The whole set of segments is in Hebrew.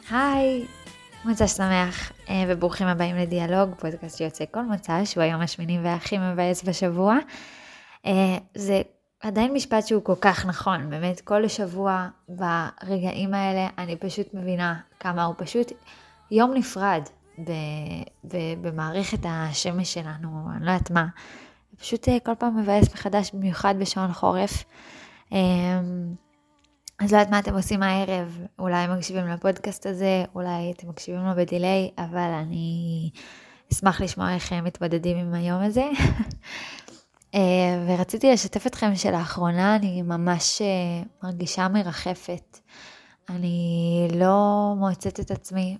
היי, מוצא שמח וברוכים הבאים לדיאלוג, פודקאסט שיוצא כל מוצא, שהוא היום השמיני והכי מבאס בשבוע. זה עדיין משפט שהוא כל כך נכון, באמת כל שבוע ברגעים האלה אני פשוט מבינה כמה הוא פשוט יום נפרד במערכת השמש שלנו, אני לא יודעת מה. פשוט כל פעם מבאס מחדש, במיוחד בשעון חורף. אז לא יודעת מה אתם עושים הערב, אולי מקשיבים לפודקאסט הזה, אולי אתם מקשיבים לו בדיליי, אבל אני אשמח לשמוע איך מתמודדים עם היום הזה. ורציתי לשתף אתכם שלאחרונה אני ממש מרגישה מרחפת. אני לא מוצאת את עצמי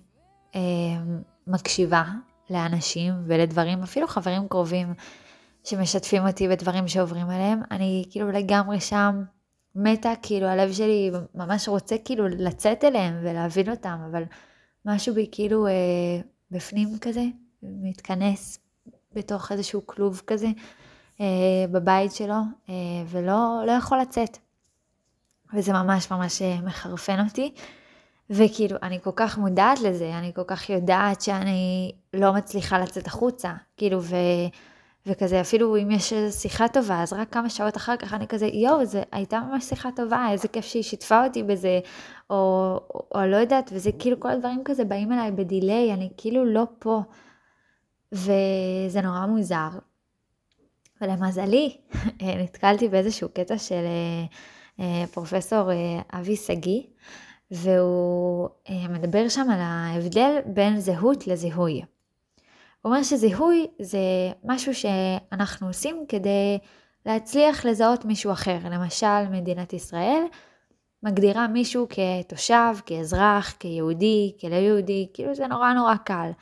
מקשיבה לאנשים ולדברים, אפילו חברים קרובים שמשתפים אותי בדברים שעוברים עליהם. אני כאילו לגמרי שם, מתה, כאילו הלב שלי ממש רוצה כאילו לצאת אליהם ולהבין אותם, אבל משהו בי כאילו בפנים כזה, מתכנס בתוך איזשהו כלוב כזה בבית שלו, ולא יכול לצאת. וזה ממש ממש מחרפן אותי, וכאילו אני כל כך מודעת לזה, אני כל כך יודעת שאני לא מצליחה לצאת החוצה, כאילו וכזה, אפילו אם יש שיחה טובה, אז רק כמה שעות אחר כך אני כזה, זה הייתה ממש שיחה טובה, איזה כיף שהיא שיתפה אותי בזה, או לא יודעת, וזה כאילו כל הדברים כזה באים אליי בדיליי, אני כאילו לא פה, וזה נורא מוזר. ולמזלי, נתקלתי באיזשהו קטע של פרופסור אבי סגי, והוא מדבר שם על ההבדל בין זהות לזיהוי. הוא אומר שזיהוי זה משהו שאנחנו עושים כדי להצליח לזהות מישהו אחר. למשל, מדינת ישראל מגדירה מישהו כתושב, כאזרח, כיהודי, כלא יהודי, כאילו זה נורא נורא קל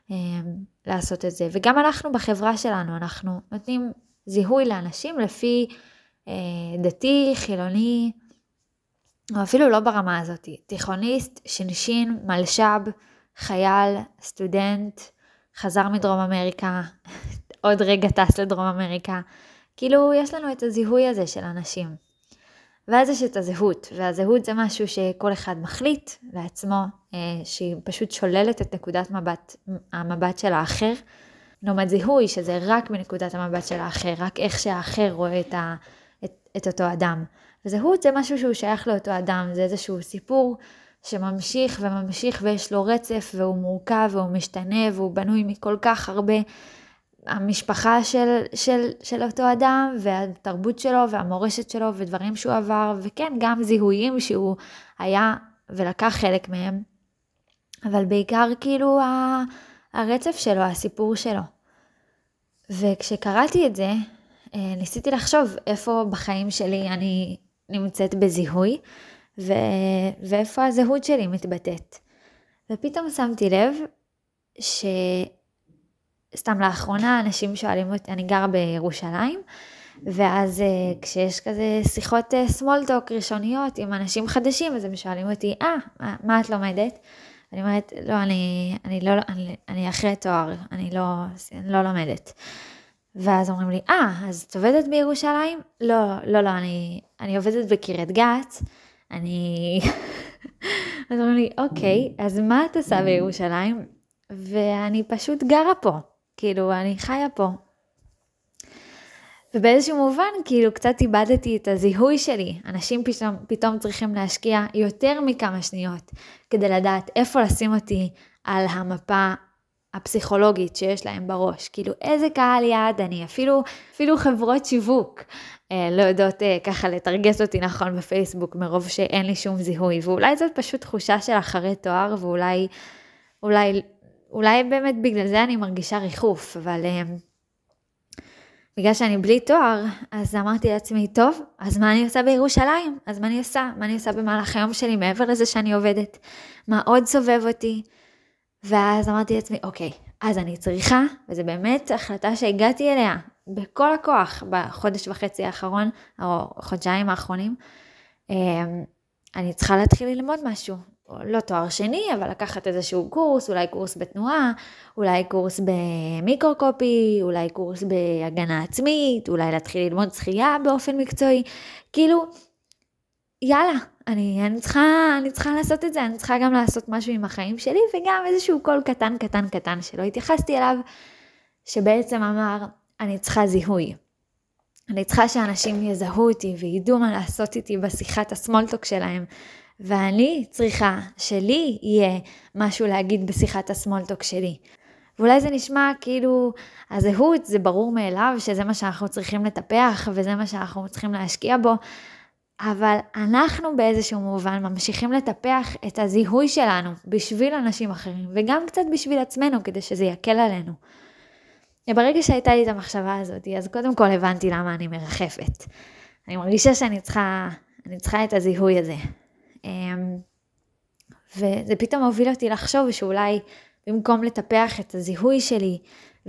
לעשות את זה. וגם אנחנו בחברה שלנו, אנחנו נותנים זיהוי לאנשים לפי דתי, חילוני, או אפילו לא ברמה הזאת. תיכוניסט, שינשין, מלשב, חייל, סטודנט, חזר מדרום אמריקה, עוד רגע טס לדרום אמריקה. כאילו יש לנו את הזיהוי הזה של אנשים. ואז יש את הזהות, והזהות זה משהו שכל אחד מחליט לעצמו, שהיא פשוט שוללת את נקודת המבט של האחר. לעומת זיהוי שזה רק מנקודת המבט של האחר, רק איך שהאחר רואה את אותו אדם. וזהות זה משהו שהוא שייך לאותו אדם, זה איזשהו סיפור שממשיך וממשיך ויש לו רצף והוא מורכב והוא משתנה והוא בנוי מכל כך הרבה המשפחה של אותו אדם והתרבות שלו והמורשת שלו ודברים שהוא עבר, וכן גם זיהויים שהוא היה ולקח חלק מהם, אבל בעיקר כאילו הרצף שלו, הסיפור שלו. וכשקראתי את זה ניסיתי לחשוב איפה בחיים שלי אני נמצאת בזיהוי ואיפה הזהות שלי מתבטאת. ופתאום שמתי לב סתם לאחרונה אנשים שואלים אותי, אני גרה בירושלים, ואז כשיש כזה שיחות small talk ראשוניות עם אנשים חדשים, אז הם שואלים אותי, מה את לומדת? אני אומרת, לא, אני אחרי תואר, אני לא לומדת. ואז אומרים לי, אז את עובדת בירושלים? לא, אני עובדת בקריית גת, אז אומרים לי, אוקיי, אז מה את עושה בירושלים? ואני פשוט גרה פה, כאילו אני חיה פה. ובאיזשהו מובן כאילו קצת איבדתי את הזיהוי שלי. אנשים פתאום צריכים להשקיע יותר מכמה שניות כדי לדעת איפה לשים אותי על המפה הפסיכולוגית שיש להם בראש. כאילו איזה קהל יעד אני, אפילו חברות שיווק לא יודעות ככה לתרגס אותי נכון בפייסבוק מרוב שאין לי שום זיהוי. ואולי זאת פשוט תחושה של אחרי תואר, ואולי באמת בגלל זה אני מרגישה ריחוף, אבל בגלל שאני בלי תואר, אז אמרתי לעצמי, טוב, אז מה אני עושה בירושלים? אז מה אני עושה במהלך היום שלי מעבר לזה שאני עובדת? מה עוד סובב אותי? ואז אמרתי לעצמי, אוקיי, אז אני צריכה, וזה באמת החלטה שהגעתי אליה בכל הכוח בחודש וחצי האחרון, או חודשיים האחרונים, אני צריכה להתחיל ללמוד משהו. לא תואר שני, אבל לקחת איזשהו קורס, אולי קורס בתנועה, אולי קורס במיקרוקופי, אולי קורס בהגנה עצמית, אולי להתחיל ללמוד שחייה באופן מקצועי. כאילו, יאללה, אני צריכה לעשות את זה, אני צריכה גם לעשות משהו עם החיים שלי, וגם איזשהו קול קטן שלא התייחסתי אליו, שבעצם אמר, אני צריכה זיהוי. אני צריכה שאנשים יזהו אותי וידעו מה לעשות איתי בשיחת הסמולטוק שלהם, ואני צריכה שלי יהיה משהו להגיד בשיחת הסמולטוק שלי. ואולי זה נשמע כאילו הזהות זה ברור מאליו שזה מה שאנחנו צריכים לטפח וזה מה שאנחנו צריכים להשקיע בו, אבל אנחנו באיזשהו מובן ממשיכים לטפח את הזיהוי שלנו בשביל אנשים אחרים וגם קצת בשביל עצמנו כדי שזה יקל עלינו. ברגע שהייתה לי את המחשבה הזאת, אז קודם כל הבנתי למה אני מרחפת. אני מרגישה שאני צריכה את הזיהוי הזה. וזה פתאום הוביל אותי לחשוב שאולי במקום לטפח את הזיהוי שלי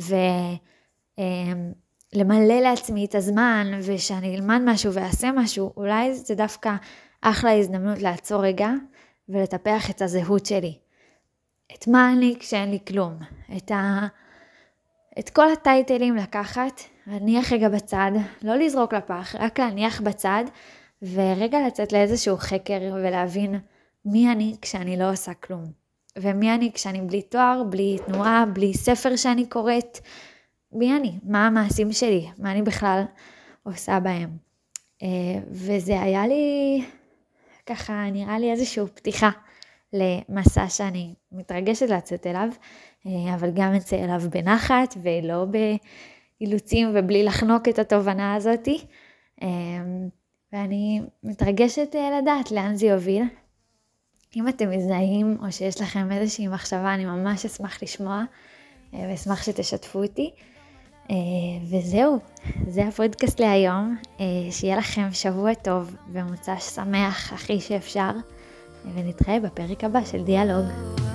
ולמלא לעצמי את הזמן ושאני אלמד משהו ואעשה משהו, אולי זה דווקא אחלה הזדמנות לעצור רגע ולטפח את הזהות שלי. את מה אני כשאין לי כלום. את כל הטייטלים לקחת, להניח רגע בצד, לא לזרוק לפח, רק להניח בצד ורגע לצאת לאיזשהו חקר ולהבין מי אני כשאני לא עושה כלום. ומי אני כשאני בלי תואר, בלי תנועה, בלי ספר שאני קוראת. מי אני? מה המעשים שלי? מה אני בכלל עושה בהם? וזה היה לי, ככה נראה לי איזושהי פתיחה למסע שאני מתרגשת לצאת אליו, אבל גם אצא אליו בנחת ולא באילוצים ובלי לחנוק את התובנה הזאת. ואני מתרגשת לדעת לאן זה יוביל. אם אתם מזדהים או שיש לכם איזושהי מחשבה, אני ממש אשמח לשמוע ואשמח שתשתפו אותי. וזהו, זה הפודקאסט להיום. שיהיה לכם שבוע טוב ומוצ"ש שמח הכי שאפשר, ונתראה בפרק הבא של דיאלוג.